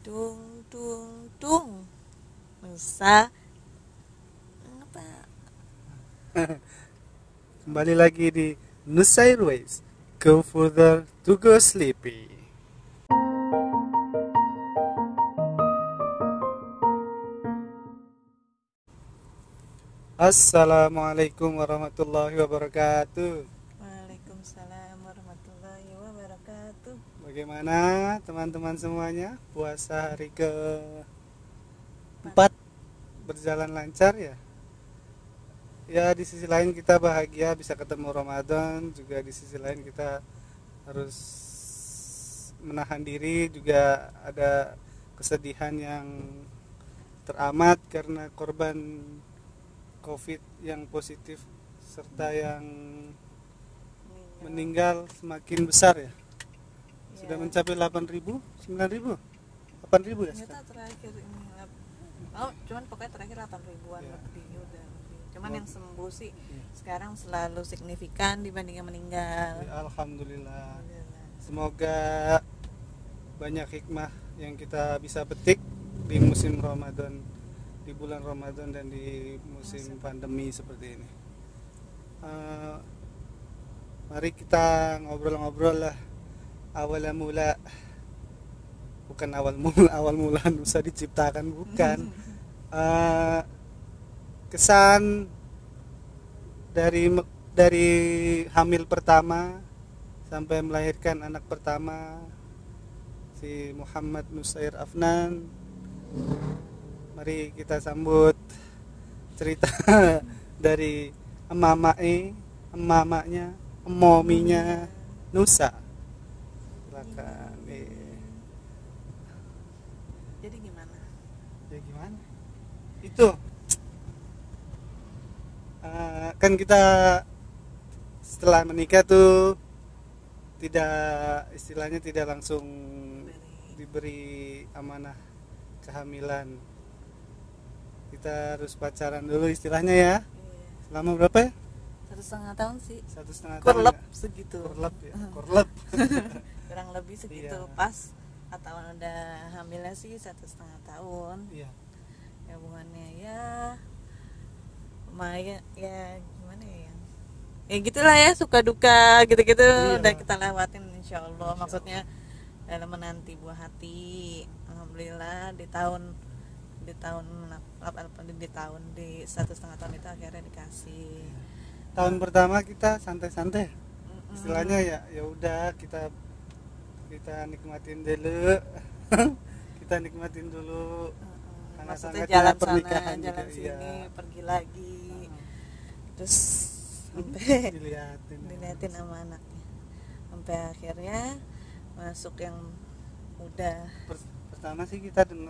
Dung dung dung. Nusa apa? Kembali lagi di Nusa Airways. Go further to go sleepy. Assalamualaikum warahmatullahi wabarakatuh. Waalaikumsalam warahmatullahi wabarakatuh. Bagaimana teman-teman semuanya? Puasa hari ke-4 berjalan lancar ya? Ya, di sisi lain kita bahagia bisa ketemu Ramadan, juga di sisi lain kita harus menahan diri, juga ada kesedihan yang teramat karena korban COVID yang positif serta yang meninggal semakin besar ya. Sudah mencapai 8.000, 9.000, 8.000 ya Ternyata sekarang. terakhir ini cuman pokoknya terakhir 8 ribuan Ya. lebih udah lebih. Cuman yang sembuh sih sekarang selalu signifikan dibanding yang meninggal. Ya, Alhamdulillah. Alhamdulillah. Semoga banyak hikmah yang kita bisa petik di musim Ramadan, di bulan Ramadan dan di musim pandemi seperti ini. Mari kita ngobrol-ngobrol lah. Awal mula, bukan awal mula Nusa diciptakan, bukan. Kesan dari hamil pertama sampai melahirkan anak pertama si Muhammad Nusair Afnan. Mari kita sambut cerita dari emak-emaknya, mominya Nusa. Silakan. Jadi gimana? Ya gimana? Itu kan kita setelah menikah tuh istilahnya tidak langsung diberi amanah kehamilan. Kita harus pacaran dulu istilahnya ya. Selama berapa ya? 1,5 tahun sih. 1,5 tahun. Kurlep Ya? segitu. Kurlep ya. Kurlep. Kurang lebih segitu. Iya. Pas atau udah hamilnya sih 1,5 tahun. Iya. Ya hubungannya ya lumayan ya, gimana ya gitulah ya, suka duka gitu-gitu. Iya. Udah kita lewatin insyaallah. Maksudnya dalam menanti buah hati, alhamdulillah di 1,5 tahun itu akhirnya dikasih. Tahun pertama kita santai-santai. Istilahnya ya udah kita nikmatin dulu. Kita nikmatin dulu. Maksudnya Hangat-hangatnya jalan pernikahan sana, jalan juga, sini, iya. pergi lagi. Terus sampai diliatin sama anaknya. Sampai akhirnya masuk yang udah. Pertama sih kita dengar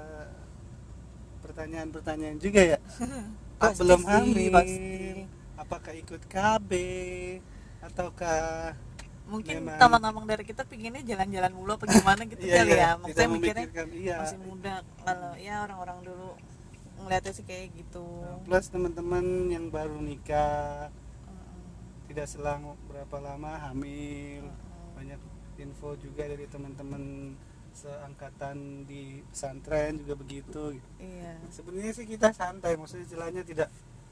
pertanyaan-pertanyaan juga ya. Kok Pasti belum sih, hamil? pasti. Apakah ikut KB ataukah Mungkin memang tamang-tamang dari kita pinginnya jalan-jalan mulu apa gimana gitu iya, kali iya, ya. tidak Maksudnya mikirnya memikirkan, iya. masih muda. Kalau ya orang-orang dulu ngeliatnya sih kayak gitu. Plus teman-teman yang baru nikah tidak selang berapa lama hamil. Banyak info juga dari teman-teman seangkatan di pesantren juga begitu. Iya. Sebenarnya sih kita santai, maksudnya istilahnya tidak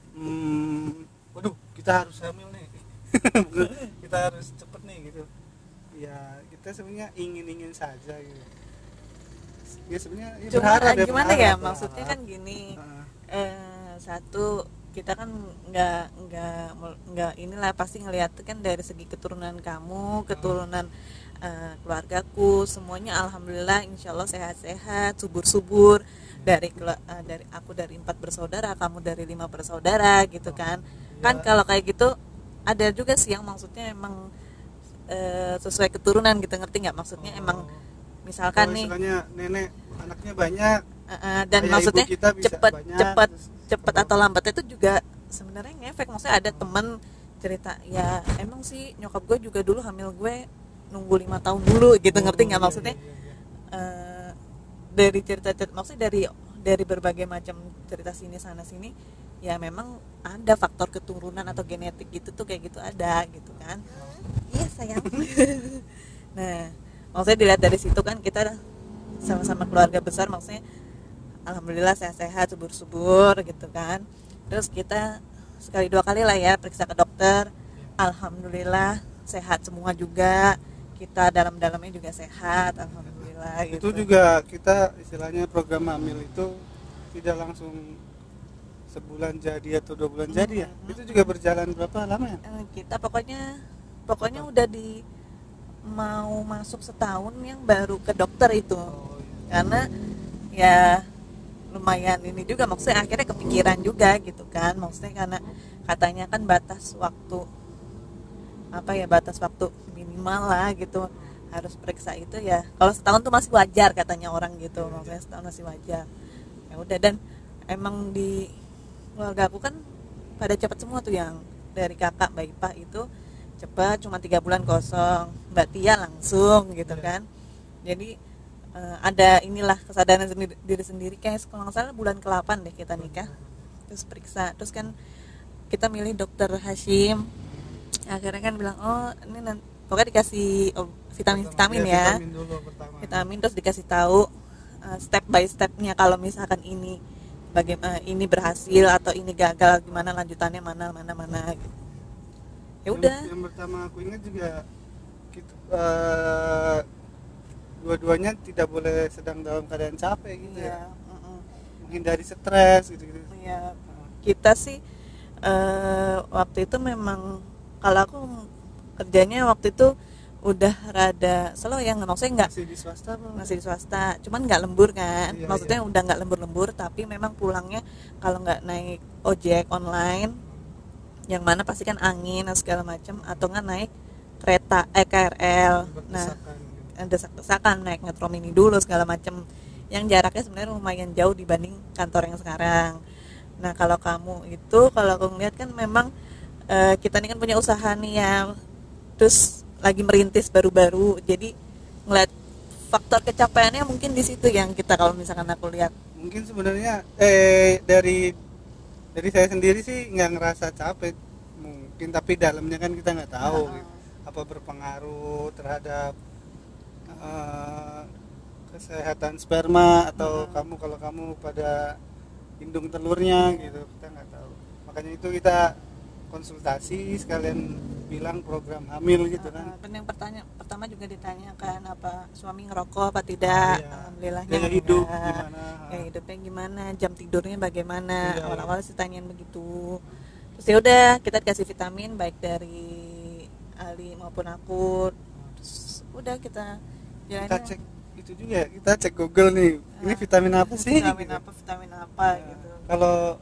waduh kita harus hamil nih. Kita harus cepet nih gitu. Ya kita sebenarnya ingin saja gitu. Ya sebenarnya ya Cuma berharap ya, gimana berharap, ya, berharap. maksudnya kan gini. Heeh. Satu, kita kan nggak inilah, pasti ngelihat kan dari segi keturunan kamu, keturunan keluargaku, semuanya alhamdulillah insyaallah sehat-sehat, subur-subur. Dari aku dari 4 bersaudara, kamu dari 5 bersaudara gitu kan. Kan kalau kayak gitu ada juga sih yang maksudnya emang sesuai keturunan gitu, ngerti nggak? Maksudnya emang misalkan Kalau nih istilahnya nenek anaknya banyak, dan ayah maksudnya ibu kita bisa banyak, cepet atau lambat itu juga sebenarnya ngefek. Maksudnya ada temen cerita, ya emang sih nyokap gue juga dulu hamil gue nunggu 5 tahun dulu gitu, ngerti nggak? Iya, Maksudnya iya. dari cerita-cerita, maksudnya dari berbagai macam cerita sini sana sini, ya memang ada faktor keturunan atau genetik gitu tuh, kayak gitu ada gitu kan. Iya sayang. Nah maksudnya dilihat dari situ kan kita sama-sama keluarga besar, maksudnya alhamdulillah sehat-sehat, subur-subur gitu kan. Terus kita sekali 2 kali lah ya periksa ke dokter, alhamdulillah sehat semua juga, kita dalam-dalamnya juga sehat alhamdulillah gitu. Itu juga kita istilahnya program hamil itu tidak langsung sebulan jadi atau 2 bulan jadi ya. Itu juga berjalan berapa lama ya? Kita pokoknya udah mau masuk setahun yang baru ke dokter itu. Karena ya lumayan ini juga, maksudnya akhirnya kepikiran juga gitu kan, maksudnya karena katanya kan batas waktu minimal lah gitu harus periksa itu ya. Kalau setahun tuh masih wajar katanya orang gitu, maksudnya setahun masih wajar. Ya udah, dan emang di keluarga aku kan pada cepat semua tuh, yang dari kakak Mbak Ipa itu cepat, cuma 3 bulan kosong, Mbak Tia langsung gitu kan. Jadi ada inilah kesadaran diri sendiri, kayak kalau nggak salah bulan ke-8 deh kita nikah, terus periksa, terus kan kita milih dokter Hashim, akhirnya kan bilang oh ini pokoknya dikasih vitamin ya, vitamin, terus dikasih tahu step by stepnya kalau misalkan ini bagaimana, ini berhasil atau ini gagal, gimana lanjutannya, mana gitu. Ya udah. Yang pertama aku ingat juga gitu, dua-duanya tidak boleh sedang dalam keadaan capek gitu ya. Menghindari stres gitu. Iya. Kita sih waktu itu memang, kalau aku kerjanya waktu itu udah rada slow ya, maksudnya masih di swasta cuman nggak lembur kan, maksudnya udah nggak lembur, tapi memang pulangnya kalau nggak naik ojek online, yang mana pasti kan angin dan segala macam, atau nggak naik kereta KRL, nah desak-desakan naik Metro Mini dulu segala macam, yang jaraknya sebenarnya lumayan jauh dibanding kantor yang sekarang. Nah kalau kamu itu, kalau aku ngeliat kan memang kita ini kan punya usaha nih ya, terus lagi merintis baru-baru, jadi ngeliat faktor kecapeannya mungkin di situ yang kita, kalau misalkan aku lihat mungkin sebenarnya dari saya sendiri sih nggak ngerasa capek mungkin, tapi dalamnya kan kita nggak tahu gitu, apa berpengaruh terhadap kesehatan sperma atau kalau kamu pada indung telurnya gitu, kita nggak tahu. Makanya itu kita konsultasi sekalian bilang program hamil gitu kan. Dan yang pertama juga ditanyakan apa suami ngerokok apa tidak. Alhamdulillahnya gaya hidup gimana, gaya hidupnya gimana, jam tidurnya bagaimana. Awal-awal sih tanyain begitu. Terus ya udah kita dikasih vitamin baik dari Ali maupun aku. Terus udah kita cek itu juga, kita cek Google nih, ini vitamin apa sih? Vitamin apa gitu. Kalau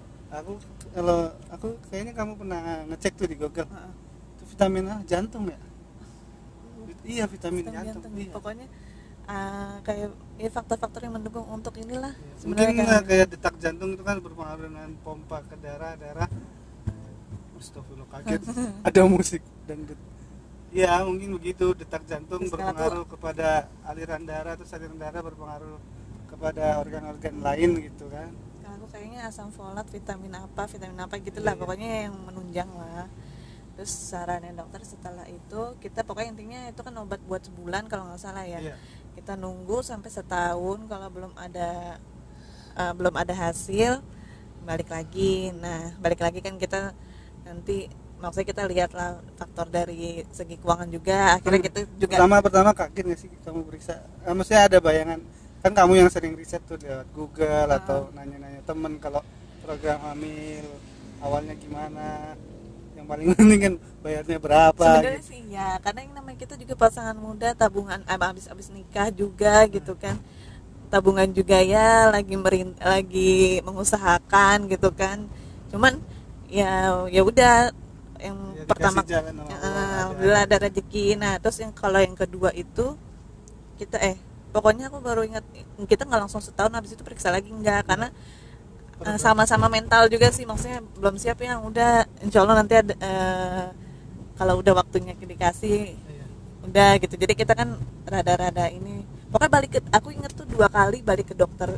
aku kayaknya kamu pernah ngecek tuh di Google. Itu vitamin jantung ya? Iya, vitamin jantung. Iya. Pokoknya kayak faktor-faktor yang mendukung untuk inilah. Mungkin kayak detak jantung itu kan berpengaruh dengan pompa ke darah. Astagfirullah, kaget. Ada musik dangdut. Ya mungkin begitu, detak jantung berpengaruh kepada aliran darah, terus aliran darah berpengaruh kepada organ-organ lain gitu kan. Kalau kayaknya asam folat, vitamin apa gitulah, pokoknya yang menunjang lah. Terus sarannya dokter setelah itu kita pokoknya intinya itu kan obat buat sebulan kalau nggak salah ya. Kita nunggu sampai setahun, kalau belum ada hasil balik lagi. Nah balik lagi kan kita nanti, maksudnya kita lihatlah faktor dari segi keuangan juga. Akhirnya kita juga pertama kaget nggak sih kamu periksa? Maksudnya ada bayangan, kan kamu yang sering riset tuh lewat Google atau nanya-nanya temen kalau program hamil awalnya gimana, yang paling penting kan bayarnya berapa sebenarnya gitu. sih ya, karena yang namanya kita juga pasangan muda, tabungan abis nikah juga gitu kan, tabungan juga ya, lagi mengusahakan gitu kan. Cuman ya udah, yang pertama alhamdulillah ada rezeki. Nah terus kalau yang kedua itu kita pokoknya aku baru ingat, kita nggak langsung setahun habis itu periksa lagi, enggak, karena sama-sama mental juga sih, maksudnya belum siap ya. Udah insya Allah nanti ada kalau udah waktunya dikasih udah gitu. Jadi kita kan rada-rada ini, pokoknya aku inget tuh 2 kali balik ke dokter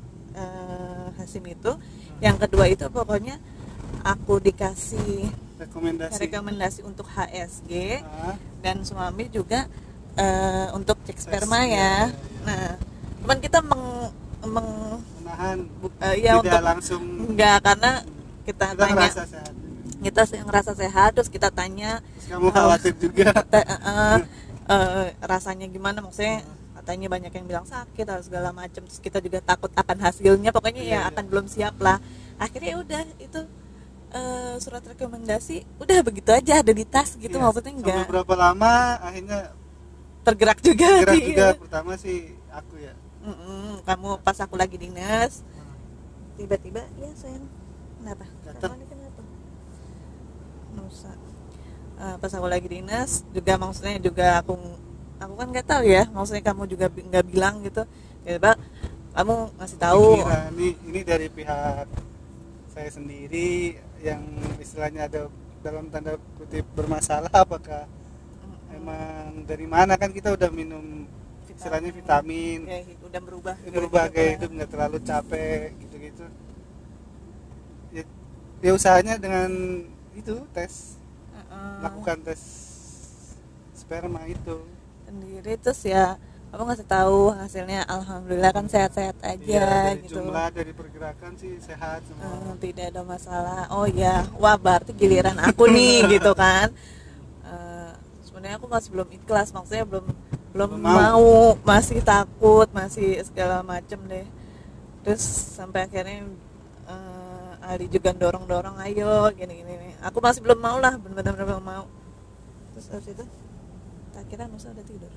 Hasim itu. Yang kedua itu pokoknya aku dikasih rekomendasi untuk HSG, dan suami juga untuk cek sperma ya. Nah cuman kita menahan, ya tidak untuk langsung. enggak, karena kita Kita tanya, ngerasa sehat. kita ngerasa sehat, terus kita tanya Terus kamu khawatir juga. rasanya gimana, maksudnya katanya banyak yang bilang sakit atau segala macam, terus kita juga takut akan hasilnya, pokoknya Iya, ya iya. akan belum siap lah. Akhirnya ya udah itu surat rekomendasi udah begitu aja ada di tas gitu, Iya. maksudnya Sampai enggak berapa lama akhirnya tergerak juga gerak hati. juga. Pertama sih aku ya. Kamu pas aku lagi dinas tiba-tiba ya sayang, kenapa Gatal. kamu ini kenapa Nusa. Pas aku lagi dinas juga, maksudnya juga aku kan nggak tahu ya, maksudnya kamu juga nggak bilang gitu, tiba kamu ngasih tahu. Dikira ini dari pihak saya sendiri yang istilahnya ada dalam tanda kutip bermasalah, apakah emang dari mana, kan kita udah minum istilahnya vitamin, ya, udah berubah gaya hidup, nggak terlalu capek gitu-gitu ya, ya usahanya dengan itu tes, lakukan tes sperma itu sendiri, terus ya kamu ngasih tahu hasilnya, alhamdulillah kan sehat-sehat aja ya, dari gitu. jumlah, dari pergerakan sih sehat semua. Tidak ada masalah. Oh ya, wah berarti giliran aku nih gitu kan. Sebenarnya aku masih belum ikhlas, maksudnya belum mau, masih takut, masih segala macem deh. Terus sampai akhirnya Ali juga dorong ayo gini nih. Aku masih belum mau lah, benar-benar belum mau. Terus habis itu tak kira Nusa udah tidur,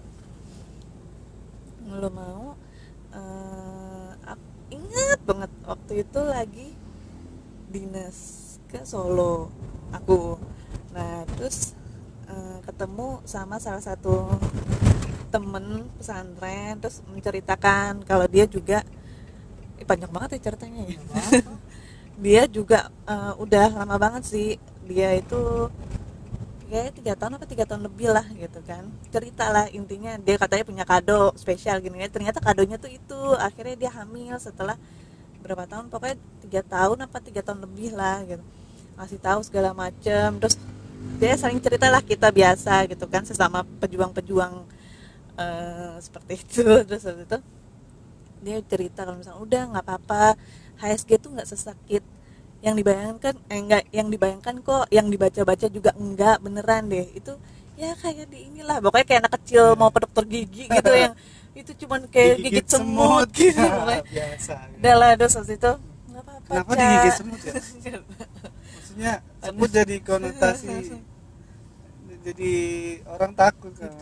belum mau. Aku ingat banget waktu itu lagi dinas ke Solo aku. Nah terus ketemu sama salah satu temen pesantren, terus menceritakan kalau dia juga panjang banget ya ceritanya ya. Dia juga udah lama banget sih, dia itu kayak 3 tahun apa 3 tahun lebih lah gitu kan, cerita lah intinya. Dia katanya punya kado spesial gini, ternyata kadonya tuh itu, akhirnya dia hamil setelah berapa tahun, pokoknya 3 tahun apa 3 tahun lebih lah gitu, ngasih tahu segala macem. Terus dia sering cerita lah, kita biasa gitu kan, sesama pejuang-pejuang seperti itu. Terus habis itu dia cerita kalau misalnya udah nggak apa-apa, HSG tuh nggak sesakit yang dibayangkan, enggak yang dibayangkan kok, yang dibaca-baca juga enggak, beneran deh itu ya kayak di inilah, pokoknya kayak anak kecil mau ke dokter gigi gitu yang itu cuman kayak gigit semut gitu pokoknya. Biasa Udah lah, terus habis itu nggak apa-apa. Kenapa digigit semut ya? Maksudnya semut jadi konotasi, jadi orang takut kan.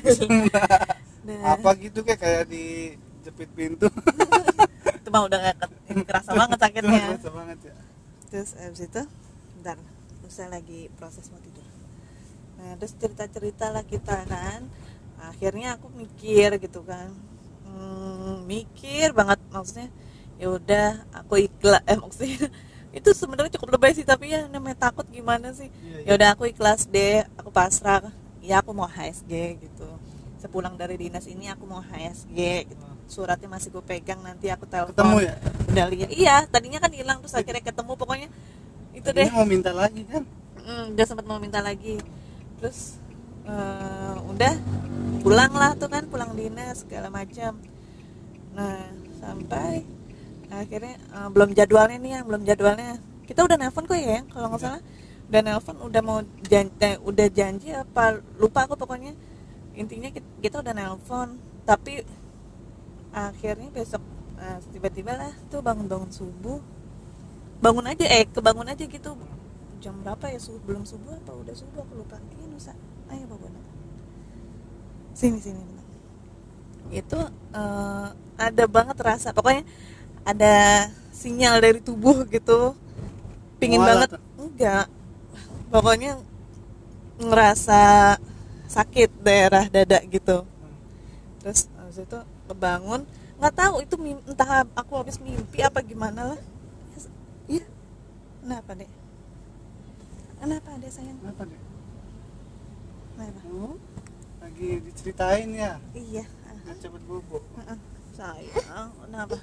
Apa gitu kayak dijepit pintu. Itu mah udah nggak kerasa banget sakitnya. Kerasa banget ya. Terus abis itu bentar, Nusa lagi proses mau tidur. Nah terus cerita lah kita kan, akhirnya aku mikir gitu kan, mikir banget, maksudnya ya udah aku ikhlas, maksudnya itu sebenarnya cukup lebay sih, tapi ya namanya takut gimana sih. Ya udah aku ikhlas deh, aku pasrah, ya aku mau HSG gitu. Sepulang dari dinas ini aku mau HSG gitu. Suratnya masih gue pegang, nanti aku telepon. Ketemu ya? Udah lihat, iya tadinya kan hilang, terus akhirnya ketemu, pokoknya itu deh. Mau minta lagi kan? Udah sempat mau minta lagi, terus udah pulang lah tuh kan, pulang dinas segala macam. Nah sampai akhirnya belum jadwalnya kita udah nelpon kok ya, kalau nggak salah udah nelpon, udah janji apa lupa aku, pokoknya intinya kita udah nelpon. Tapi akhirnya besok tiba-tiba lah tuh bangun subuh, kebangun aja gitu. Jam berapa ya, belum subuh apa udah subuh aku lupa. Ini Nusa, ayo Babona sini bentar. Itu ada banget rasa, pokoknya ada sinyal dari tubuh gitu, pingin banget tuh. Enggak, pokoknya ngerasa sakit daerah dada gitu. Terus habis itu kebangun, nggak tahu itu entah aku habis mimpi apa gimana lah. Iya, kenapa deh sayang? Kenapa deh? Kenapa? Lagi diceritain ya? Iya. Cepet bubuk. Sayang, kenapa?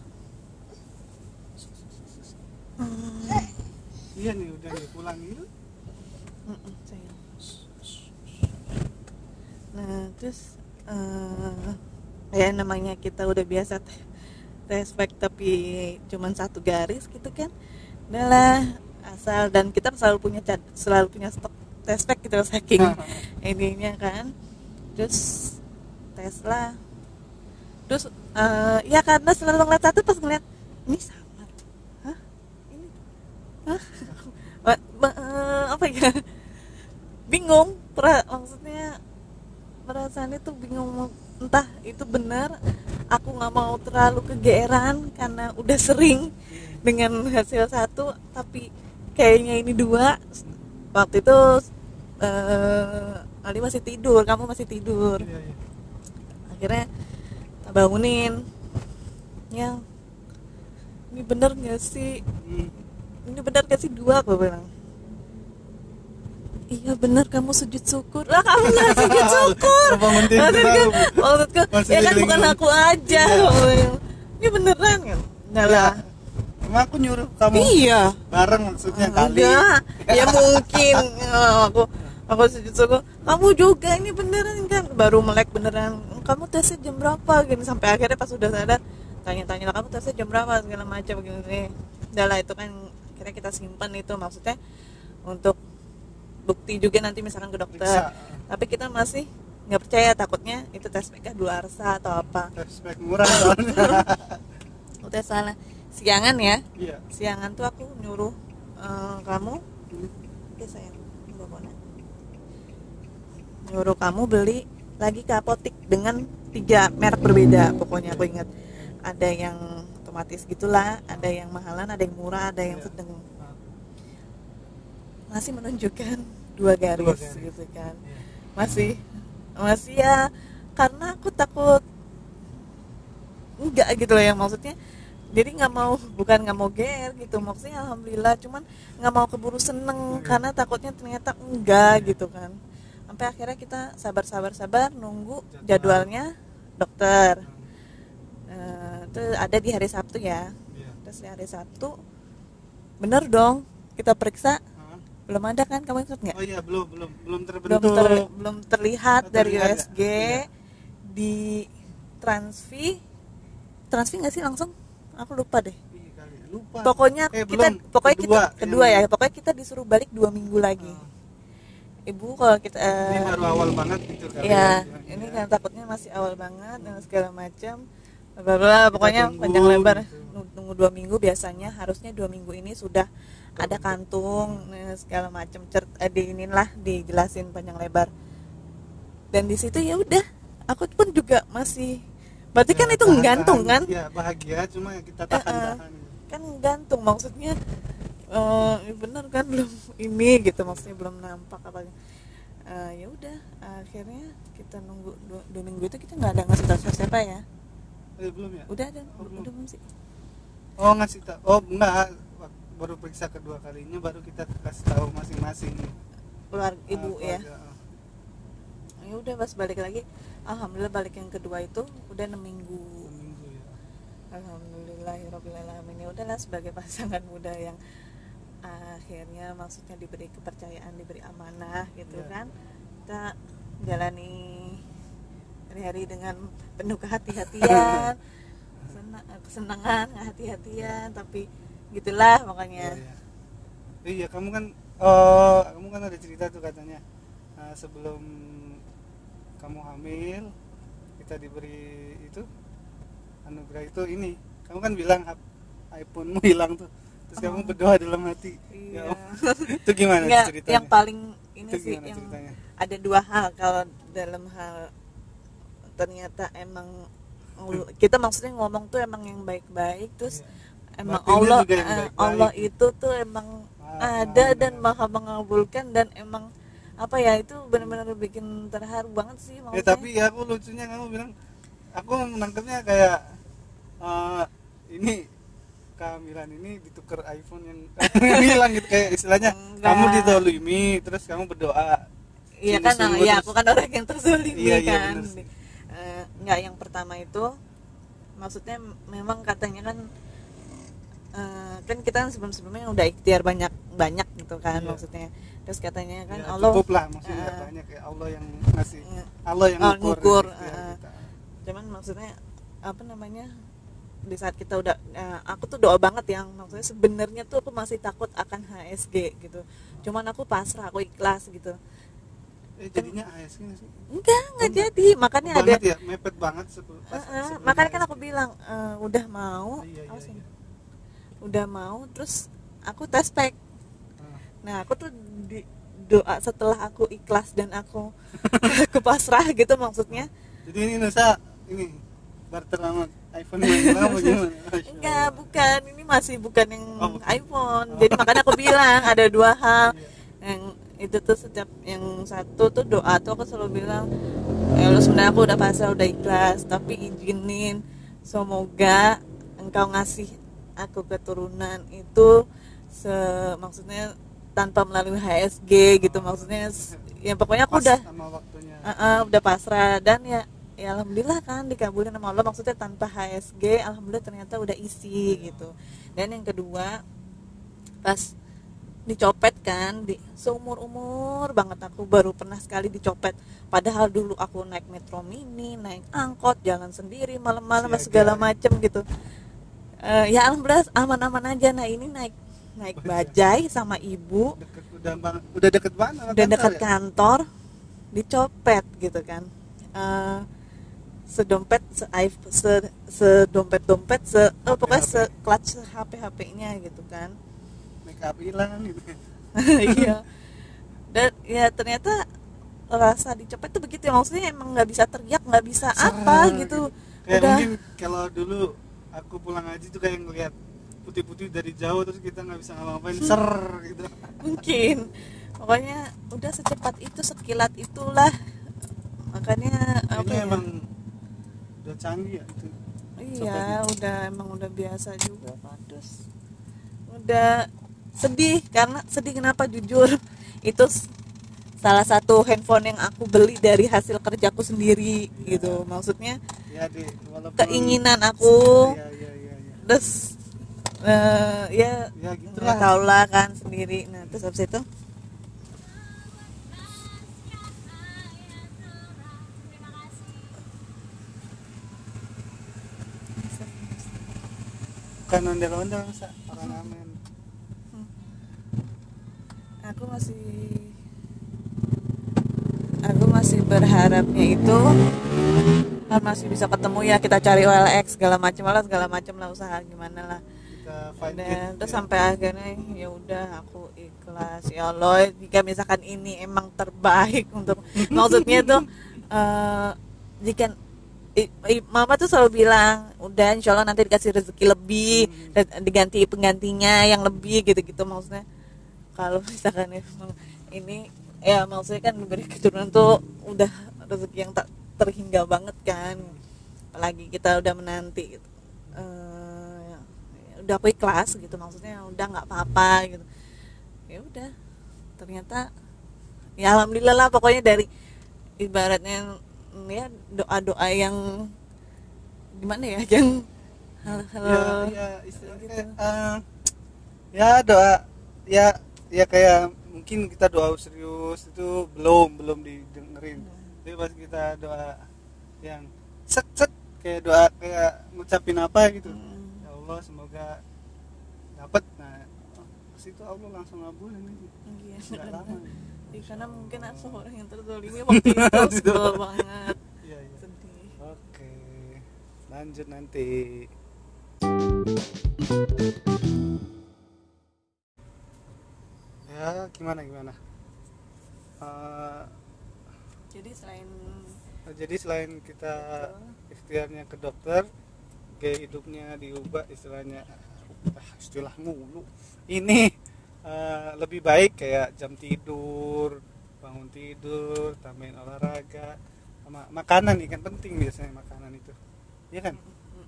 Iya nih, udah nih pulang gitu. Sayang. Nah terus ya namanya kita udah biasa tespek tapi cuman satu garis gitu kan, udahlah asal. Dan kita selalu punya stok tespek gitu saking ininya kan. Terus tes lah, terus ya karena selalu ngeliat satu, pas ngeliat ini sama, hah ini, hah apa ya, bingung, maksudnya perasaan itu bingung, entah itu benar. Aku nggak mau terlalu kegeeran karena udah sering dengan hasil satu, tapi kayaknya ini dua. Waktu itu Ali masih tidur, kamu masih tidur. Iya. Akhirnya tak bangunin, yang ini bener nggak sih, ini bener nggak sih dua, aku bilang. Iya bener, kamu sujud syukur. Lah kamu nggak sujud syukur. Maksudku ya kan bukan aku aja. Iya. Ini beneran kan? Enggak lah. Emang aku nyuruh kamu iya bareng maksudnya kali. Enggak, ya mungkin aku sujud syukur. Kamu juga ini beneran kan? Baru melek beneran. Kamu tesnya jam berapa? Gini, sampai akhirnya pas sudah sadar tanya-tanya lah, kamu tesnya jam berapa segala macam begini. Udah lah, itu kan akhirnya kita simpan itu, maksudnya untuk bukti juga nanti misalkan ke dokter. Periksa. Tapi kita masih nggak percaya, takutnya itu tes PK luar arsa atau apa. Tes PK murah soalnya. Udah salah. Siangan ya. Iya. Siangan tuh aku nyuruh kamu. Oke sayang, nyuruh kamu beli lagi ke apotik dengan 3 merek berbeda. Pokoknya aku ingat ada yang otomatis gitulah, ada yang mahalan, ada yang murah, ada yang sedang. Masih menunjukkan 2 garis gitu kan. Masih ya, karena aku takut enggak gitu loh, yang maksudnya jadi bukan nggak mau GR gitu, maksudnya alhamdulillah, cuman nggak mau keburu seneng karena takutnya ternyata enggak gitu kan. Sampai akhirnya kita sabar nunggu jadwalnya dokter. Itu ada di hari Sabtu ya. Terus di hari Sabtu bener dong kita periksa, belum ada kan, kamu ingat nggak? Oh iya, belum terbentuk, belum terlihat dari USG ya. Di transfi nggak sih langsung? Aku lupa deh. Lupa. Pokoknya kita disuruh balik 2 minggu lagi. Ibu kalau kita ini baru awal banget gitu kan. Ya, ini kan takutnya masih awal banget dan segala macam. Pokoknya panjang lebar gitu. Tunggu 2 minggu, biasanya harusnya 2 minggu ini sudah ada kantung segala macam dijelasin panjang lebar. Dan di situ ya udah, aku pun juga masih, berarti kan itu gantung kan? Ya bahagia, cuma kita tahan. Kan gantung, maksudnya bener kan, belum ini gitu, maksudnya belum nampak apa. Ya udah, akhirnya kita nunggu 2 minggu itu kita nggak ada ngasih tahu siapa ya. Belum ya? Udah ada, udah belum sih? Oh ngasih tahu? Oh enggak, baru periksa kedua kalinya baru kita kasih tahu masing-masing keluarga ibu ya. Ya udah pas balik lagi, alhamdulillah balik yang kedua itu udah 6 minggu ya. Alhamdulillahirobbilalamin. Ya udahlah, sebagai pasangan muda yang akhirnya maksudnya diberi kepercayaan, diberi amanah gitu kan, kita jalani hari-hari dengan penuh kehati-hatian, kesenangan, kehati-hatian, tapi gitulah makanya. Iya, kamu kan ada cerita tuh katanya sebelum kamu hamil kita diberi itu anugerah itu, ini kamu kan bilang iPhone-mu hilang tuh, terus kamu berdoa dalam hati. Iya. Itu gimana ceritanya? Yang paling ini itu sih yang ceritanya? Ada 2 hal. Kalau dalam hal ternyata emang kita maksudnya ngomong tuh emang yang baik-baik, terus emang Allah itu tuh emang ada dan maha mengabulkan, dan emang apa ya, itu benar-benar bikin terharu banget sih maksudnya. Tapi ya aku lucunya kamu bilang, aku menangkapnya kayak ini kehamilan ini ditukar iPhone yang hilang gitu, kayak istilahnya kamu ditolimi terus kamu berdoa. Iya kan, ya aku kan orang yang terzolimi kan. Enggak, yang pertama itu maksudnya memang katanya kan kan kita sebelumnya udah ikhtiar banyak gitu kan, maksudnya. Terus katanya kan ya, Allah cukup lah, maksudnya banyak ya, Allah yang ngasih, Allah yang ngukur. Cuman maksudnya apa namanya, di saat kita udah aku tuh doa banget yang maksudnya sebenarnya tuh aku masih takut akan HSG gitu, cuman aku pasrah, aku ikhlas gitu. Jadinya ASG nggak sih? Enggak jadi, makanya ada banget ya, mepet banget makanya kan ASG. aku bilang udah mau, Iya, iya, iya. udah mau, terus aku tes pack. Ah. Nah aku tuh di doa setelah aku ikhlas dan aku aku pasrah gitu maksudnya. Jadi ini Nusa ini barter sama iPhone yang hilang apa gimana? Masya Enggak, Allah. bukan, ini masih bukan yang Oh, bukan. iPhone. Oh. Jadi makanya aku bilang ada dua hal. Iya. Yang itu tuh setiap yang satu tuh doa tuh aku selalu bilang, ya lu sebenarnya aku udah pasrah, udah ikhlas, tapi izinin semoga engkau ngasih aku keturunan itu maksudnya tanpa melalui HSG gitu, maksudnya ya pokoknya aku Pas udah sama waktunya. udah pasrah dan ya alhamdulillah kan dikabulin sama Allah, maksudnya tanpa HSG alhamdulillah ternyata udah isi gitu. Dan yang kedua pas dicopet kan, seumur-umur banget aku baru pernah sekali dicopet, padahal dulu aku naik metro mini, naik angkot, jalan sendiri malam-malam segala macem gitu. Ya alhamdulillah aman-aman aja. Nah ini naik bajai sama ibu, Udah deket banget sama udah dekat ya? kantor, dicopet gitu kan. Sedompet sedompet pokoknya clutch HP-nya gitu kan. Make up hilang gitu. Iya. Dan ya ternyata rasa dicopet tuh begitu ya, maksudnya emang nggak bisa teriak, nggak bisa apa gitu. Kayak Udah mungkin kalau dulu aku pulang haji tuh kayak ngeliat putih-putih dari jauh terus kita nggak bisa ngapa-ngapain ser gitu. mungkin pokoknya udah secepat itu, sekilat itulah, makanya apa Ini ya, emang udah canggih ya itu. iya emang udah biasa juga kan. Terus udah sedih, karena sedih kenapa jujur itu salah satu handphone yang aku beli dari hasil kerjaku sendiri gitu, maksudnya Ya walaupun keinginan aku. Iya. Terus ya Gitulah. tau lah kan sendiri. Nah terus habis itu Bukan ondel-ondel masa orang amen. aku masih berharapnya itu kan masih bisa ketemu ya, kita cari OLX segala macam lah usaha gimana lah. Kita fight Dan it, terus ya. sampai akhirnya ya udah aku ikhlas, ya Allah jika misalkan ini emang terbaik untuk maksudnya tuh jika mama tuh selalu bilang udah insya Allah nanti dikasih rezeki lebih dan diganti penggantinya yang lebih gitu maksudnya. Kalau misalkan emang ini ya maksudnya kan diberi keturunan tuh udah rezeki yang tak terhingga banget kan, apalagi kita udah menanti gitu. Udah aku ikhlas gitu, maksudnya udah nggak apa-apa gitu. Ya udah ternyata ya alhamdulillah lah, pokoknya dari ibaratnya ya doa-doa yang gimana ya, yang hal-hal ya istilahnya gitu. Ya doa ya kayak mungkin kita doa serius itu belum didengerin. Jadi pas kita doa yang set kayak doa kayak ngucapin apa gitu, ya Allah semoga dapat. Nah pas itu Allah langsung ngabulin gitu. Iya. Nggak lama. Ya, karena mungkin aku orang yang terzolimi waktu itu sebel banget. Iya. Sedih. Oke, lanjut nanti. Ya gimana jadi selain kita ikhtiarnya ke dokter, gaya hidupnya diubah, istilahnya istilah mulu ini, lebih baik kayak jam tidur, bangun tidur, tambahin olahraga, sama makanan nih kan penting biasanya makanan itu, ya kan?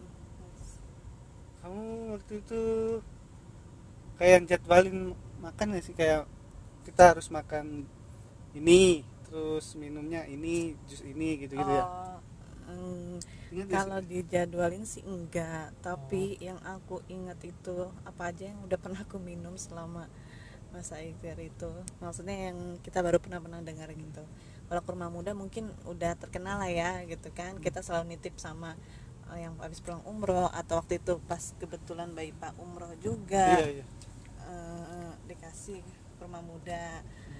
Kamu waktu itu kayak jadwalin makan gak sih, kayak kita harus makan ini terus minumnya ini, jus ini gitu-gitu ya? Kalau dijadwalin sih enggak, tapi yang aku ingat itu apa aja yang udah pernah aku minum selama masa ikhtiar itu, maksudnya yang kita baru pernah dengar gitu. Kalau kurma muda mungkin udah terkenal lah ya gitu kan, kita selalu nitip sama yang habis pulang umroh, atau waktu itu pas kebetulan bayi Pak umroh juga. Iya, iya. Dikasih kurma muda.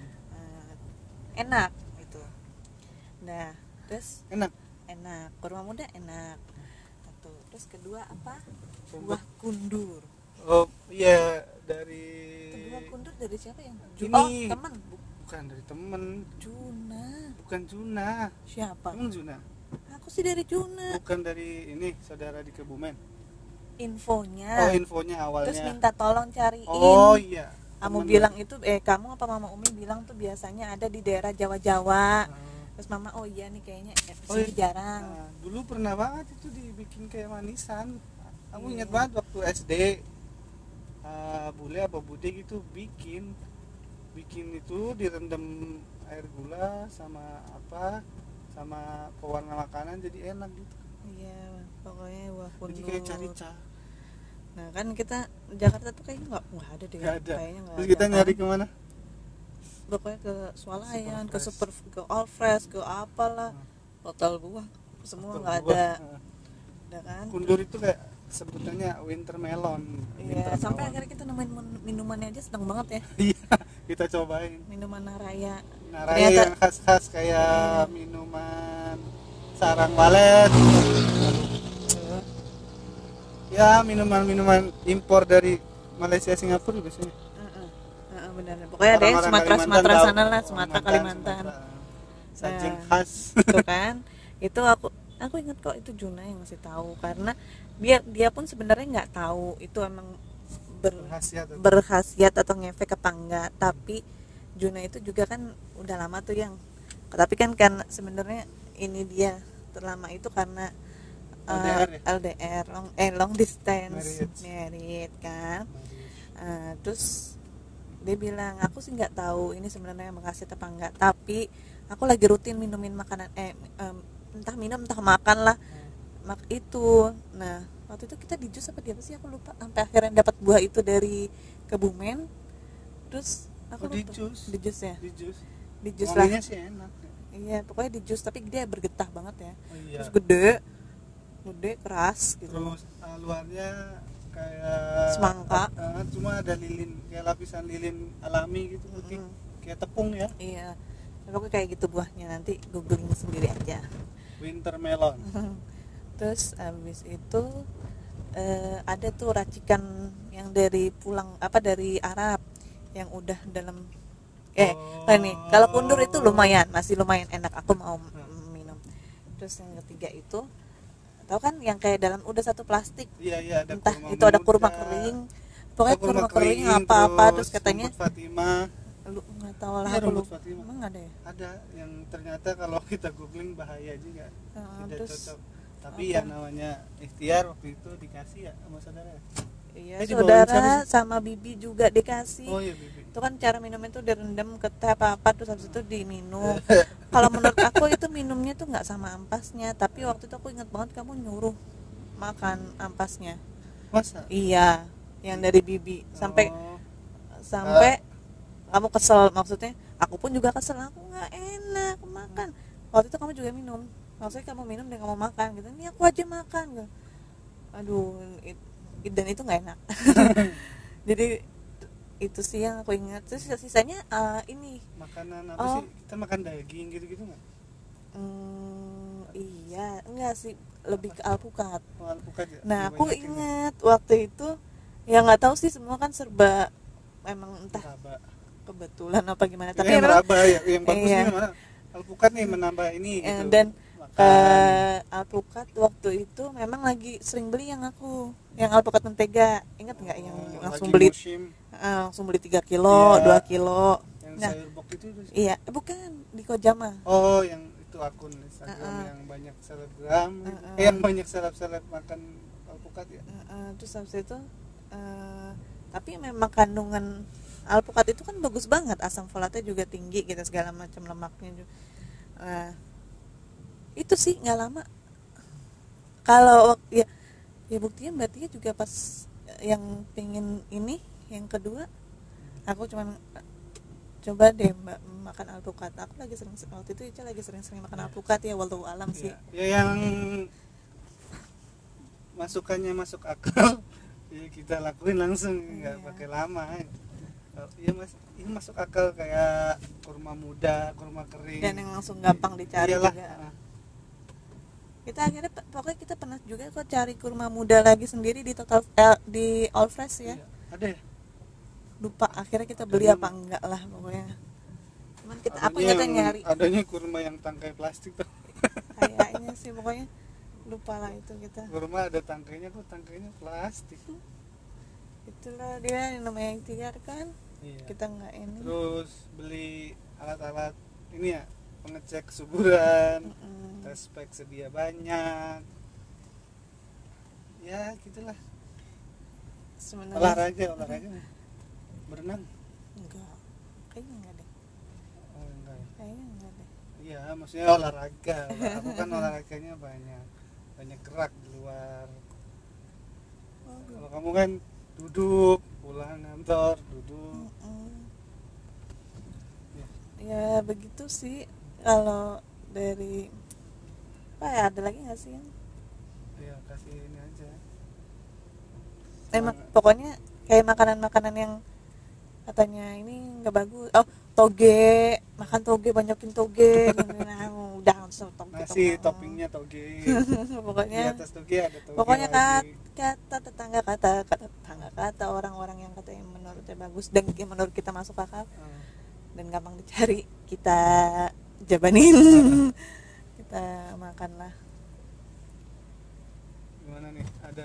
Enak gitu. Nah terus Enak. kurma muda enak satu. Terus kedua apa, buah kundur. Oh iya, dari Buah kundur dari siapa yang ini. teman. Bukan dari temen. Juna. Bukan Juna. Siapa? Emang Juna? Aku sih dari Juna. Bukan dari ini, saudara di Kebumen. Infonya. Oh, infonya awalnya. Terus minta tolong cariin. Oh iya. Kamu Temen. bilang itu kamu apa Mama Umi bilang tuh biasanya ada di daerah Jawa-Jawa. Terus Mama, oh iya nih kayaknya sini jarang. Nah, dulu pernah banget itu dibikin kayak manisan. Aku Iya. ingat banget waktu SD, bule apa bude gitu bikin itu direndam air gula sama apa, sama pewarna makanan jadi enak gitu. Iya, pokoknya buah kundur. Jadi kayak carica. Nah kan kita Jakarta tuh kayaknya nggak ada deh. Gak ada. Kayaknya nggak Terus ada kita kan. nyari kemana? Pokoknya ke Swalayan, ke Superfresh. ke All Fresh, ke apalah, hotel buah, semua nggak ada. Ada kan? Kundur itu kayak sebutannya winter melon. Iya, sampai akhirnya kita nemuin minumannya aja seneng banget ya. Iya, kita cobain. Minuman Naraya. Naraya yang khas-khas kayak minuman sarang walet. Ya, minuman-minuman impor dari Malaysia, Singapura biasanya. Benar. Pokoknya deh Sumatera sana lah, Sumatera Kalimantan. Sajian khas. Itu kan. Itu aku ingat kok itu Juna yang ngasih tahu, karena dia pun sebenarnya nggak tahu itu emang berkhasiat atau ngefek apa enggak, tapi Juna itu juga kan udah lama tuh yang, tapi kan sebenarnya ini dia terlama itu karena LDR long distance married kan. Terus dia bilang, aku sih nggak tahu ini sebenarnya berkhasiat apa enggak, tapi aku lagi rutin minumin makanan entah minum entah makan lah itu. Nah waktu itu kita di jus apa dia apa sih aku lupa, sampai akhirnya dapat buah itu dari Kebumen. Terus aku di jus ya di jus lah. Wanginya sih enak. Iya pokoknya di jus, tapi dia bergetah banget ya. Iya. Terus gede keras gitu. Terus luarnya kayak semangka, cuma ada lilin, kayak lapisan lilin alami gitu. Kayak tepung ya. Iya pokoknya kayak gitu buahnya, nanti googling sendiri aja, winter melon. Terus abis itu ada tuh racikan yang dari dari Arab yang udah dalam nih kalau kundur itu masih lumayan enak, aku mau minum. Terus yang ketiga itu tahu kan yang kayak dalam udah satu plastik, iya, ada entah itu ada kurma kering, pokoknya kurma kering apa terus katanya Fatimah, lu nggak tahu lah, ya, aku lupa. Fatimah. Emang ada ya? Ada yang ternyata kalau kita googling bahaya juga, tidak terus cocok. Tapi ya namanya ikhtiar, waktu itu dikasih ya sama saudara. Iya, saudara sama bibi juga dikasih. Oh iya, bibi. Itu kan cara minumnya tuh direndam ke teh apa terus habis itu diminum. Kalau menurut aku itu minumnya tuh nggak sama ampasnya, tapi waktu itu aku ingat banget kamu nyuruh makan ampasnya. Masa? Iya, yang dari bibi. Sampai kamu kesel, maksudnya aku pun juga kesel, aku nggak enak makan. Waktu itu kamu juga minum, maksudnya kamu minum dan kamu makan gitu. Ini aku aja makan gitu. Aduh, dan itu nggak enak. Jadi itu sih yang aku ingat. Terus sisanya ini makanan apa sih, kita makan daging gitu-gitu nggak? Iya, enggak sih, lebih ke alpukat. Alpukat ya? Nah aku ingat waktu itu ya nggak tahu sih, semua kan serba emang entah meraba. Kebetulan apa gimana, tapi meraba ya, yang bagus nih mana alpukat nih menambah ini gitu. Dan alpukat waktu itu memang lagi sering beli yang alpukat mentega, ingat nggak yang langsung beli langsung beli 3 kilo, 2 kilo yang sayur bok itu iya, bukan di Kojama. Oh yang itu akun Instagram yang banyak selebgram, yang banyak seleb makan alpukat ya. Terus habis itu tapi memang kandungan alpukat itu kan bagus banget, asam folatnya juga tinggi gitu, segala macam lemaknya juga. Itu sih nggak lama kalau ya buktinya berarti juga pas yang pengen ini yang kedua aku cuman coba deh mbak makan alpukat. Aku lagi waktu itu Ica lagi sering makan alpukat ya, wallahu alam sih ya yang masukannya masuk akal ya kita lakuin langsung, nggak Iya. pakai lama. Iya mas, ini masuk akal kayak kurma muda, kurma kering. Dan yang langsung gampang dicari Iyalah. juga. Kita akhirnya pokoknya kita pernah juga kok cari kurma muda lagi sendiri di di All Fresh ya. Iya, ada ya. Lupa akhirnya kita beli apa enggak lah pokoknya. Cuman kita aku Adanya ingatnya yang- nyari adanya kurma yang tangkai plastik tuh. kayaknya sih pokoknya lupa lah itu kita. Kurma ada tangkainya, kok tangkainya plastik. Itulah dia yang namanya ikhtiar kan. Iya. Kita nggak ini. Terus beli alat-alat ini ya, pengecek kesuburan, Mm-mm. tes spek sedia banyak. Ya gitulah. Sebenarnya Olahraga berenang. enggak. Kayaknya enggak deh. Oh enggak ya. Kayaknya enggak deh. Iya, maksudnya olahraga. Aku kan olahraganya banyak gerak di luar. Oh, Kalau kamu kan duduk, pulang kantor duduk. mm-mm. Ya, Ya begitu sih kalau dari apa ya, ada lagi nggak sih yang ya kasih ini aja. emang pokoknya kayak makanan-makanan yang katanya ini nggak bagus, oh toge, makan toge, banyakin toge gitu. Nah, udah langsung toge Nasi toppingnya toge. Di pokoknya atas toge ada toge pokoknya lagi. kata tetangga kata orang-orang yang katanya menurutnya bagus dan menurut kita masuk akal Ah, dan gampang dicari, kita jabanin. Kita makanlah. gimana nih? Ada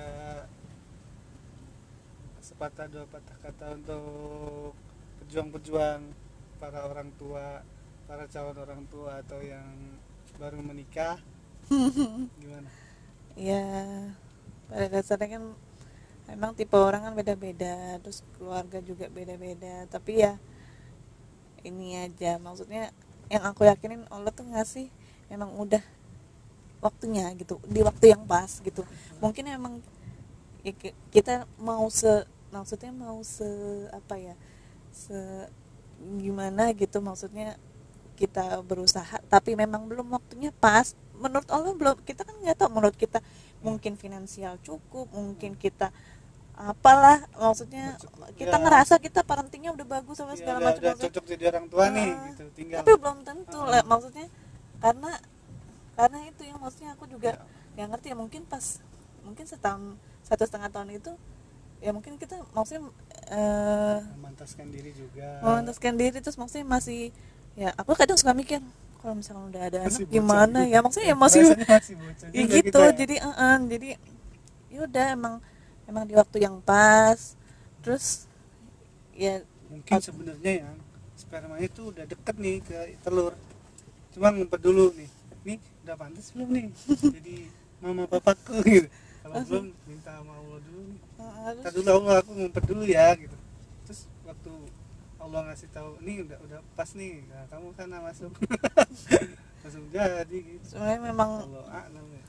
sepatah dua patah kata untuk pejuang-pejuang, para orang tua, para calon orang tua atau yang baru menikah, gimana? Ya pada dasarnya kan emang tipe orang kan beda-beda, terus keluarga juga beda-beda, tapi ya ini aja maksudnya yang aku yakinin Allah tuh ngasih emang udah waktunya gitu, di waktu yang pas gitu. Mungkin emang ya, kita maksudnya mau apa ya, gimana gitu, maksudnya kita berusaha tapi memang belum waktunya pas. Menurut Allah belum, kita kan nggak tahu, menurut kita mungkin finansial cukup, mungkin kita apalah, maksudnya kita Ya. ngerasa kita parentingnya udah bagus sama Ya, segala udah macam, cocok jadi orang tua nih Ah, gitu, tinggal. tapi belum tentu lah, maksudnya karena itu yang maksudnya aku juga nggak ngerti ya, mungkin pas mungkin 1,5 tahun itu ya mungkin kita maksudnya Memantaskan diri juga. memantaskan diri, terus maksudnya masih, ya aku kadang suka mikir kalau misalkan udah ada Masih anak bocah gimana gitu. ya, maksudnya ya masih Rasanya masih bocah ya juga gitu kita ya. jadi ya udah emang di waktu yang pas, terus ya Mungkin sebenarnya ya sperma itu udah deket nih ke telur, cuma ngumpet dulu nih udah pantas belum nih jadi mama papaku gitu. Kalau belum minta sama Allah dulu nih, terus ntar dulu Allah, aku ngumpet dulu ya gitu. Terus waktu Allah ngasih tahu nih udah pas nih, nah kamu sana masuk langsung jadi gitu. sebenarnya memang Allah a'lam ya.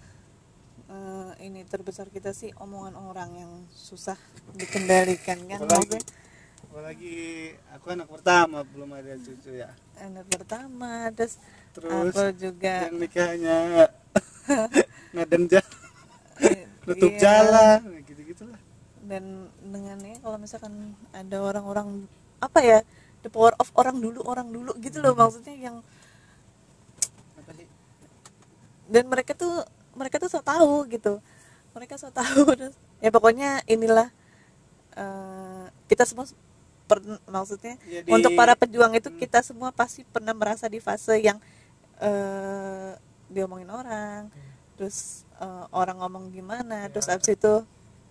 ini terbesar kita sih omongan orang yang susah dikendalikan kan. Maksudnya Apalagi aku anak pertama, belum ada cucu ya. anak pertama, terus Terus aku juga yang nikahnya ngadem nutup iya, jalan gitu gitulah. dan dengannya kalau misalkan ada orang-orang apa ya, the power of orang dulu gitu loh, maksudnya yang Apa sih? dan mereka tuh so tahu gitu, mereka so tahu terus ya pokoknya inilah kita semua maksudnya Ya, untuk para pejuang itu kita semua pasti pernah merasa di fase yang diomongin orang, terus orang ngomong gimana, Ya. terus abis itu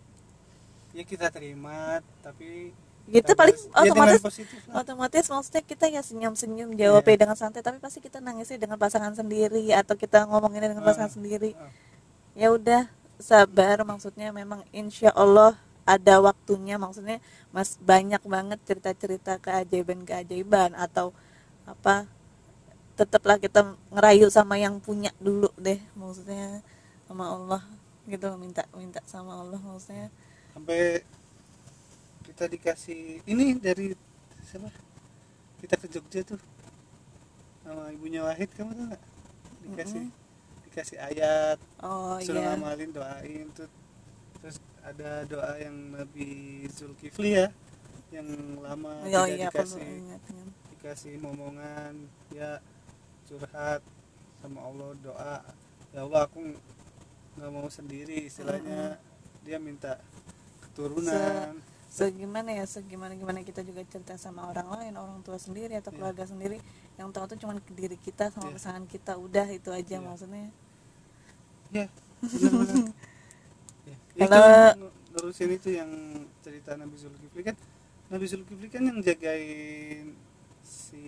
Ya kita terima, tapi kita paling ya dengan otomatis positif lah. maksudnya kita ya senyum-senyum jawabnya dengan santai, tapi pasti kita nangisnya dengan pasangan sendiri atau kita ngomonginnya dengan pasangan sendiri. Ya udah sabar, maksudnya memang insya Allah ada waktunya, maksudnya banyak banget cerita-cerita keajaiban atau apa, tetaplah kita ngerayu sama yang punya dulu deh, maksudnya sama Allah gitu, minta sama Allah, maksudnya Sampai kita dikasih ini dari siapa? Kita ke Jogja tuh sama ibunya Wahid, kamu tahu nggak? Dikasih ayat, oh suruh iya ngamalin, doain tuh Terus ada doa yang Nabi Zulkifli ya, yang lama Oh tidak iya, aku ingat. dikasih momongan, ya curhat sama Allah, doa, ya Allah aku nggak mau sendiri istilahnya. Dia minta keturunan. Segimana kita juga cerita sama orang lain, orang tua sendiri atau Iya. keluarga sendiri, yang tahu tuh cuma diri kita sama Iya. pasangan kita, udah itu aja. Iya. Maksudnya Ya benar-benar. Ya, itu kalau nerusin itu yang cerita Nabi Zulkifli kan. Nabi Zulkifli kan yang jagain si,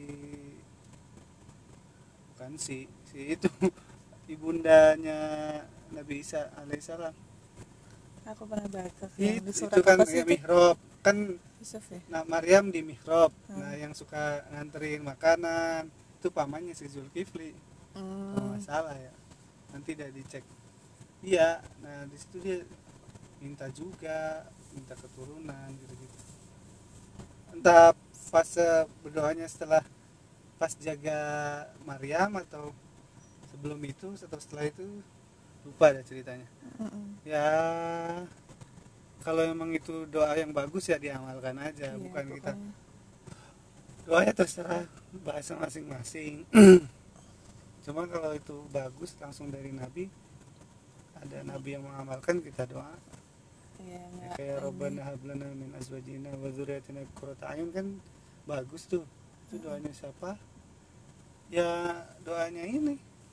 bukan si itu ibundanya Nabi Isa alaihissalam. aku pernah baca yang di surat Itu kan apa sih ya, itu? mihrab kan. Yusuf ya. Nah, Maryam di mihrab. Nah, yang suka nganterin makanan itu pamannya si Zulkifli. Kalau nggak salah ya. Nanti udah dicek. Iya, nah di situ dia minta juga, minta keturunan gitu-gitu. Entah fase berdoanya setelah pas jaga Maryam atau sebelum itu atau setelah itu, lupa ada ceritanya. Ya kalau emang itu doa yang bagus ya diamalkan aja, Iya, bukan kita pokoknya. doanya terserah bahasa masing-masing. Cuma kalau itu bagus langsung dari Nabi, ada Nabi yang mengamalkan, kita doa. Iya, Ya, kayak Rabbana hablana min azwajina wa dzurriyyatina qurrata a'yun kan bagus tuh. Itu doanya siapa? Ya doanya ini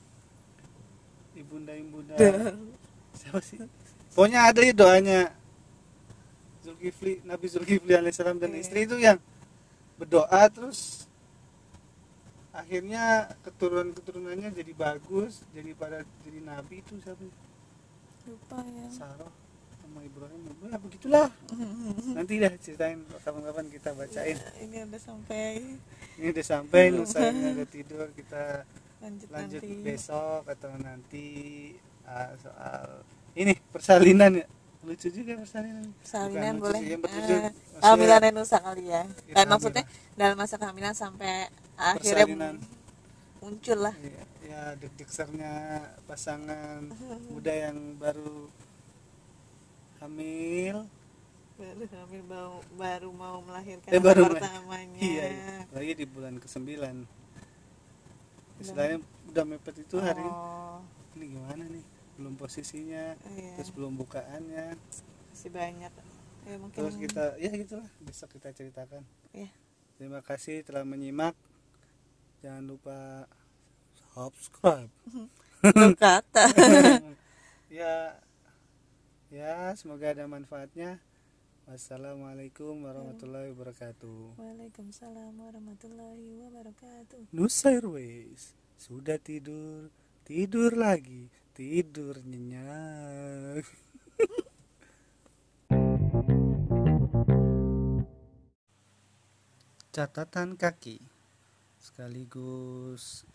ibunda siapa sih? Pokoknya ada ya doanya Zulkifli, Nabi Zulkifli alaihissalam dan istri itu yang berdoa terus akhirnya keturunannya jadi bagus, jadi nabi. Itu siapa? Lupa ya. Sarah sama Ibrahim. Ya begitulah. Nanti dah ceritain kapan-kapan kita bacain. Ini udah sampai nusanya udah tidur, kita lanjut nanti. besok atau nanti soal ini persalinan ya. Lucu juga persalinan. Persalinan boleh. Kehamilan Nusa kali ya. Kan maksudnya dalam masa kehamilan sampai akhirnya muncul lah. Ya deg-degernya pasangan muda yang baru hamil, baru mau melahirkan pertamanya. Iya, lagi di bulan ke-9. Istilahnya udah mepet itu hari ini gimana nih, belum posisinya, terus belum bukaannya, masih banyak ya, mungkin. Terus kita ya gitulah, besok kita ceritakan ya. Terima kasih telah menyimak, jangan lupa subscribe. Kata ya semoga ada manfaatnya. Wassalamualaikum warahmatullahi wabarakatuh. Waalaikumsalam warahmatullahi wabarakatuh. Nusa Airways sudah tidur lagi, tidur nyenyak. Catatan kaki sekaligus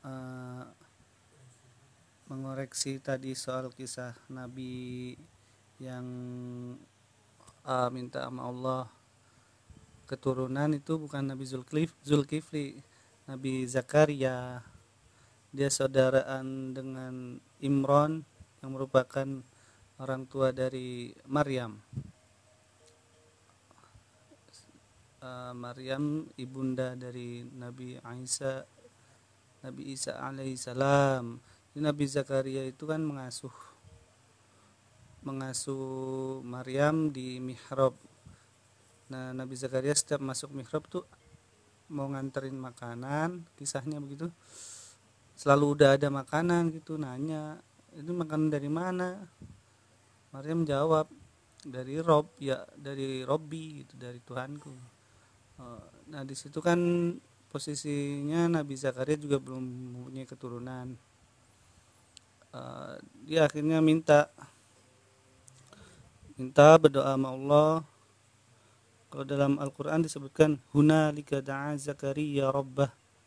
mengoreksi tadi soal kisah Nabi yang minta sama Allah keturunan. Itu bukan Nabi Zulkifli, Nabi Zakaria. Dia saudaraan dengan Imron yang merupakan orang tua dari Maryam. Maryam ibunda dari Nabi Isa alaihissalam. Nabi Zakaria itu kan mengasuh Maryam di mihrab. Nah, Nabi Zakaria setiap masuk mihrab tuh mau nganterin makanan, kisahnya begitu. Selalu udah ada makanan gitu, nanya, "Ini makanan dari mana?" Maryam jawab, "Dari dari Robbi gitu, dari Tuhanku." Nah, di situ kan posisinya Nabi Zakaria juga belum mempunyai keturunan. Dia akhirnya minta berdoa sama Allah. Kalau dalam Al-Quran disebutkan hunalika da'a Zakaria rabbah.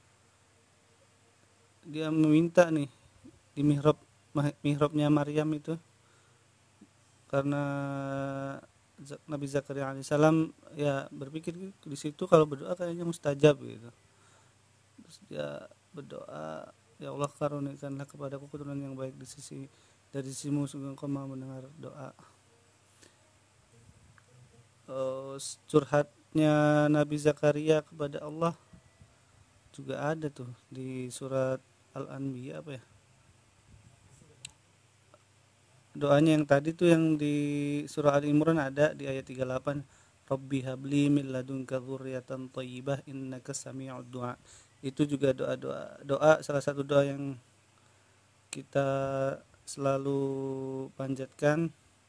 Dia meminta nih di mihrabnya Maryam itu, karena Nabi Zakaria alaihissalam ya berpikir di situ kalau berdoa kayaknya mustajab gitu. Terus dia berdoa, "Ya Allah, karunikanlah kepadaku keturunan yang baik dari sisimu, sehingga Engkau Maha mendengar doa." Terus curhatnya Nabi Zakaria kepada Allah juga ada tuh di surat Al-Anbiya apa ya? Doanya yang tadi tuh yang di surah Al-Imran ada di ayat 38. Rabbi habli min ladunka dzurriatan thayyibah innaka sami'ud du'a. Itu juga doa salah satu doa yang kita selalu panjatkan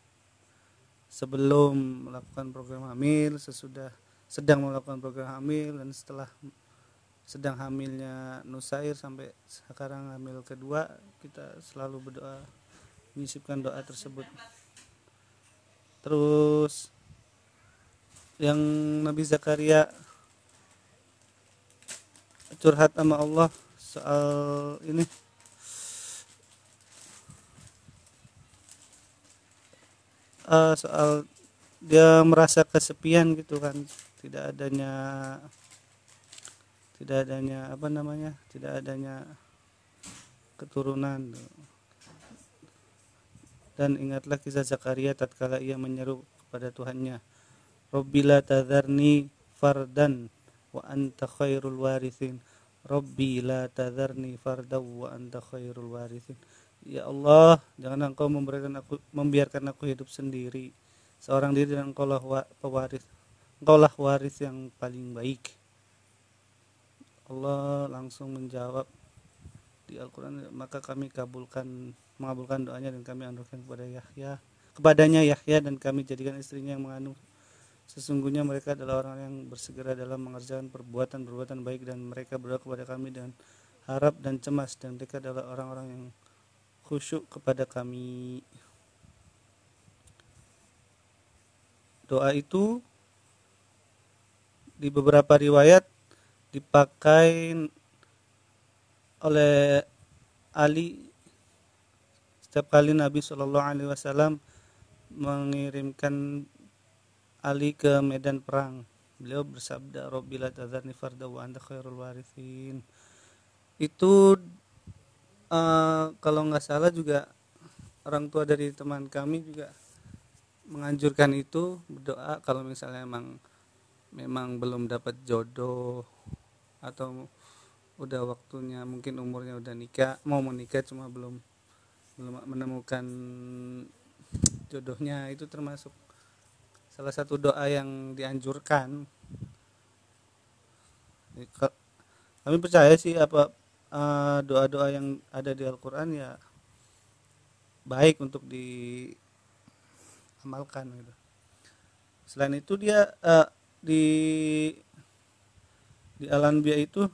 sebelum melakukan program hamil, sesudah sedang melakukan program hamil, dan setelah sedang hamilnya Nusair sampai sekarang hamil kedua, kita selalu berdoa menyisipkan doa tersebut. Terus yang Nabi Zakaria curhat sama Allah soal ini, soal dia merasa kesepian gitu kan, tidak adanya apa namanya, tidak adanya keturunan. Dan ingatlah kisah Zakaria tatkala ia menyeru kepada Tuhannya, Rabbi la tadharni fardan wa anta khairul warithin. Rabbi la tadharni fardan wa anta khairul warithin. Ya Allah, jangan engkau membiarkan aku hidup sendiri, seorang diri, dan engkaulah pewaris. Engkaulah waris yang paling baik. Allah langsung menjawab di Al-Quran, maka kami mengabulkan doanya dan kami anugerahkan kepadanya Yahya, dan kami jadikan istrinya yang mengandung. Sesungguhnya mereka adalah orang yang bersegera dalam mengerjakan perbuatan baik, dan mereka berdoa kepada kami dengan harap dan cemas, dan mereka adalah orang-orang yang khusyuk kepada kami. Doa itu di beberapa riwayat dipakai oleh Ali setiap kali Nabi Shallallahu Alaihi Wasallam mengirimkan Ali ke medan perang. Beliau bersabda, Rabbi la tadharni farda wa anta khairul warithin. Itu kalau nggak salah juga orang tua dari teman kami juga menganjurkan itu, berdoa kalau misalnya memang belum dapat jodoh atau udah waktunya, mungkin umurnya udah mau menikah cuma belum menemukan jodohnya. Itu termasuk salah satu doa yang dianjurkan. Kami percaya sih doa-doa yang ada di Al-Quran ya baik untuk diamalkan gitu. Selain itu dia di Al-Anbiya itu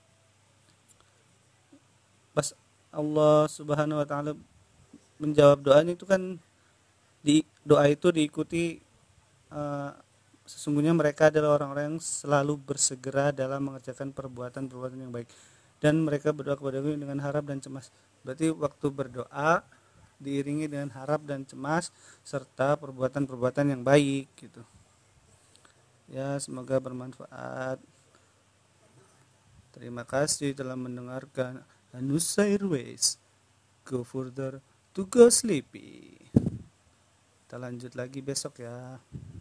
pas Allah Subhanahu wa taala menjawab doanya itu kan, doa itu diikuti sesungguhnya mereka adalah orang-orang yang selalu bersegera dalam mengerjakan perbuatan yang baik, dan mereka berdoa kepada Kami dengan harap dan cemas. Berarti waktu berdoa diiringi dengan harap dan cemas serta perbuatan yang baik gitu. Ya, semoga bermanfaat. Terima kasih telah mendengarkan Anus Airways. Go further to go sleepy. Kita lanjut lagi besok ya.